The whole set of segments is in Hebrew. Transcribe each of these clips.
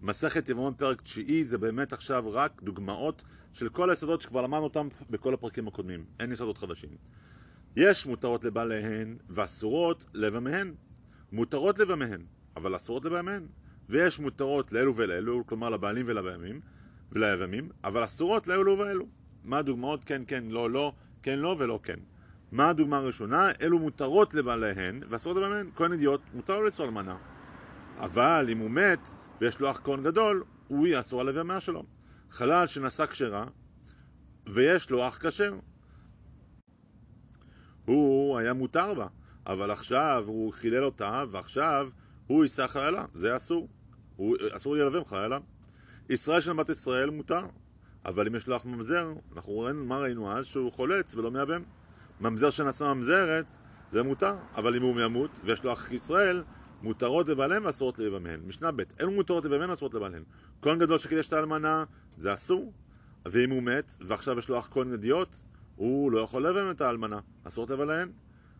מסכת יבמות פרק 9 זה באמת עכשיו רק דוגמאות של כל היסודות שכבר למדנו אותם בכל הפרקים הקודמים. אין יסודות חדשים. יש מותרות לבעליהן ואסורות לבמיהן. מותרות לבמיהן, אבל אסורות לבמיהן. ויש מותרות לאלו ולאלו, כלומר לבעלים וליבמים, אבל אסורות לאלו ואלו. מה הדוגמאות? כן, כן, לא, לא, כן, לא ולא כן. מה הדוגמה הראשונה? אלו מותרות לבעליהן ואסורות לבמיהן. כהן אידיוט מותר לו לאסור אלמנה. אבל אם הוא מת ויש לו אח כהן גדול, הוא יאסור על לבמיה שלו. חלל שנשא כשרה ויש לו אח כשר, הוא היה מותר בה, אבל עכשיו הוא חילל אותה ועכשיו הוא יישא חללה, זה אסור. אסור ללבם חללה. ישראל של בת ישראל מותר, אבל אם יש לו אח ממזר, אנחנו ראינו, מה ראינו אז? שהוא חולץ ולא מייבם. ממזר שנשא ממזרת זה מותר, אבל אם הוא ימות ויש לו אח ישראל, מותרות לבעליהן ואסורות לבמיהן. משנה ב' אלו מותרות לבמיהן ואסורות לבעליהן. כהן גדול שקידש את האלמנה זה אסור, ואם הוא מת ועכשיו יש לו אח כהן אידיוט, הוא לא יכול לבם את האלמנה. אסורות לבעליהן,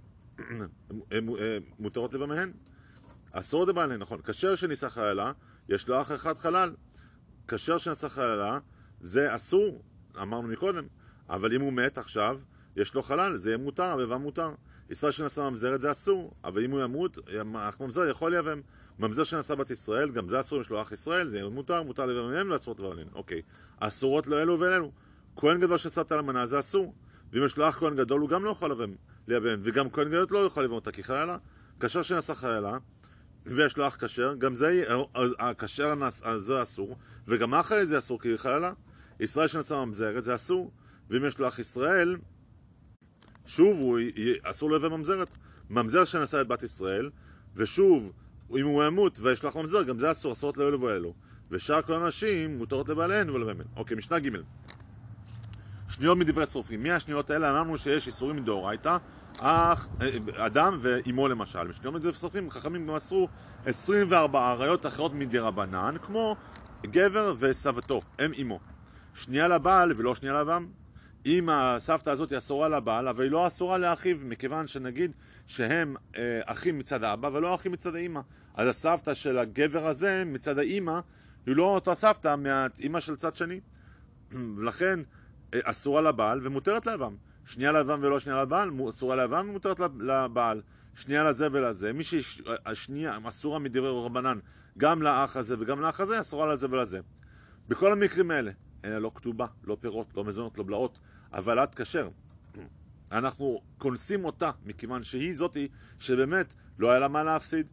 מותרות לבמיהן. אסורות לבעליהן, נכון. כשר שנישא חללה, יש לו אח אחד חלל. כשר שנשא חללה זה אסור, אמרנו מקודם, אבל אם הוא מת עכשיו יש לו חלל, זה יהיה מותר, הבבם מותר. ישראל שנשא ממזרת זה אסור, אבל אם הוא ימות, אח ממזר יכול לייבם. ממזר שנשא בת ישראל, גם זה אסור, יש לו אח ישראל, זה יהיה מותר, מותר לבמיהן ואסורות לבעליהן. אוקיי, אסורות לא אלו ואלו. כהן גדול שנשא את האלמנה זה אסור, ואם יש לו אח כהן גדול הוא גם לא יכול לייבם, וגם כהן גדול לא יכול לייבם אותה כי חללה. כשר שנשא חללה ויש לו אח כשר, גם זה הכשר זה אסור, וגם האח זה אסור כי חללה. ישראל שנשא ממזרת זה אסור, ואם יש לו אח ישראל שוב הוא אסור לייבם ממזרת. ממזר שנשא את בת ישראל, ושוב אם הוא ימות ויש לו אח ממזר, גם זה אסור, אסורות לאלו ואלו. ושאר כל הנשים מותרות לבעליהן ולבמיהן. אוקיי, משנה ג' שניות מדברי שרופים. מי השניות האלה? אמרנו שיש איסורים מדאורייתא, אדם ואימו למשל. שניות מדברי שרופים, חכמים מסרו 24 עריות אחרות מדרבנן, כמו גבר וסבתו, הם אימו. שנייה לבעל ולא שנייה לאבם. אם הסבתא הזאת היא אסורה לבעל, אבל היא לא אסורה לאחיו, מכיוון שנגיד שהם אחים מצד האבא ולא אחים מצד האמא. אז הסבתא של הגבר הזה מצד האמא היא לא אותה סבתא מהאמא של צד שני. ולכן אסורה לבעל ומותרת לאבם. שנייה לאבם ולא שנייה לבעל, אסורה לאבם ומותרת לבעל. שנייה לזה ולזה. מי שהשנייה אסורה מדברי רבנן גם לאח הזה וגם לאח הזה, אסורה לזה ולזה. בכל המקרים האלה, אין לא כתובה, לא פירות, לא מזונות, לא בלעות, אבל עד כשר. אנחנו כונסים אותה מכיוון שהיא זאתי שבאמת לא היה לה מה להפסיד.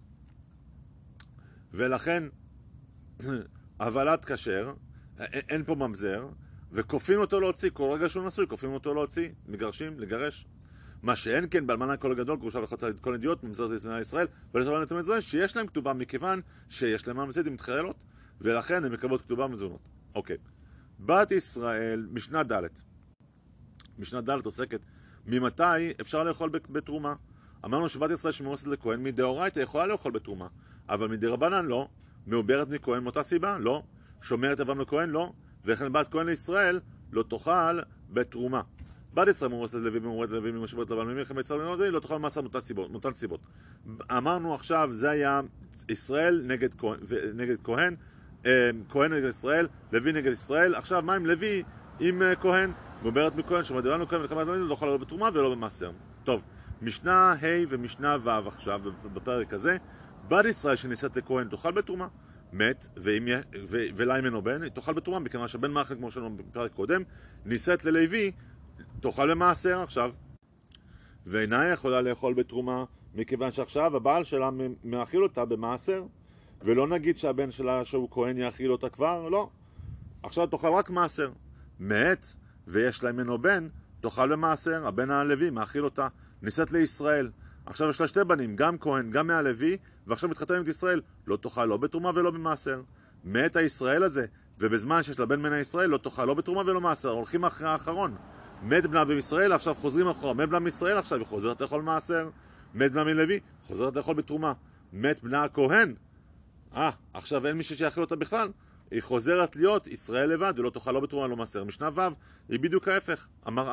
ולכן הבלת כשר, אין פה ממזר, וכופים אותו להוציא, כל רגע שהוא נשוי, כופים אותו להוציא, מגרשים, לגרש. מה שאין כן, באלמנה כל הגדול, גרושה וחצה כל אידיוט, ממזר זה ישראל ישראל, ולסבלן את המזרן, שיש להם כתובה מכיוון שיש להם ממזית עם מתחיילות, ולכן הם מקבלות כתובה מזונות. אוקיי. בת ישראל, משנה ד'. משנה ד' עוסקת, ממתי אפשר לאכול בתרומה? אמרנו שבת ישראל שמאוסת לכהן, מדאורייתא יכולה לאכול בתרומה, אבל מדרבנן לא. מעוברת מכהן מאותה סיבה? לא. שומרת אבם לכהן? לא. וכן בת כהן לישראל לא תאכל בתרומה. בת ישראל מאוסת לוי ומאורת לוי ומשוברת לבן ממלחמת ישראל לא תאכל מעשה מאותן סיבות. אמרנו עכשיו, זה היה ישראל נגד כהן, כהן נגד ישראל, לוי נגד ישראל. עכשיו מה עם לוי עם כהן? מעוברת מכהן, שומרת אבם לכהן ולחמת לא תאכל לא בתרומה ולא במעשר. טוב, משנה ה' ומשנה ו' עכשיו בפרק הזה. בת ישראל שנישאת לכהן תאכל בתרומה, מת ולה ממנו בן, תאכל בתרומה, מכיוון שבן מאכל כמו שלנו בפרק קודם, נישאת ללוי תאכל במעשר עכשיו, ואינה יכולה לאכול בתרומה מכיוון שעכשיו הבעל שלה מאכיל אותה במעשר, ולא נגיד שהבן שלה שהוא כהן יאכיל אותה כבר, לא, עכשיו תאכל רק מעשר. מת ויש לה ממנו בן, תאכל במעשר, הבן הלוי מאכיל אותה. נישאת לישראל, עכשיו יש לה שתי בנים, גם כהן, גם מהלוי, ועכשיו מתחתן עם ישראל, לא תאכל לא בתרומה ולא במעשר. מת הישראל הזה, ובזמן שיש לה בן מן הישראל, לא תאכל לא בתרומה ולא במעשר, הולכים אחרי האחרון. מת בנה בישראל, עכשיו חוזרים אחורה, מת בנה מישראל עכשיו, היא חוזרת לאכול מעשר. מת בנה מלוי, חוזרת לאכול בתרומה. מת בנה הכהן, עכשיו אין מישהו שיאכיל אותה בכלל, היא חוזרת להיות ישראל לבד, ולא תאכל לא בתרומה ולא מעשר. משנה ו' היא בדיוק ההפך, המראה.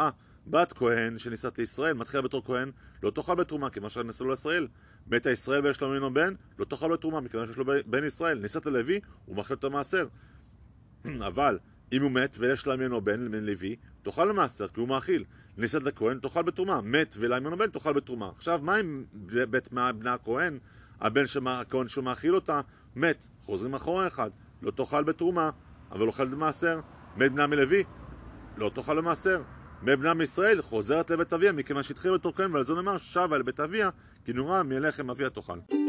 בת כהן שנישאת לישראל, מתחילה בתור כהן, לא תאכל בתרומה, כיוון שנשא לו לישראל. מת הישראל ויש לו ממנו בן, לא תאכל בתרומה, מכיוון שיש לו בן ישראל. נישאת ללוי, הוא מאכיל אותו מעשר. אבל אם הוא מת ויש לה ממנו בן לוי, תאכל למעשר, כי הוא מאכיל. נישאת לכהן, תאכל בתרומה. מת ולה ממנו בן, תאכל בתרומה. עכשיו, מה אם בית בני הכהן, הכהן שהוא מאכיל אותה, מת? חוזרים אחורה אחד, לא תאכל בתרומה, אבל אוכל במעשר. מת בנה מלוי, לא תאכל למעשר. מת בנה מישראל, חוזרת לבית אביה, מכיוון שהתחיל בתור כהן, ועל זה נאמר, שבה אל בית אביה, כי נורא מלחם אביה תאכל.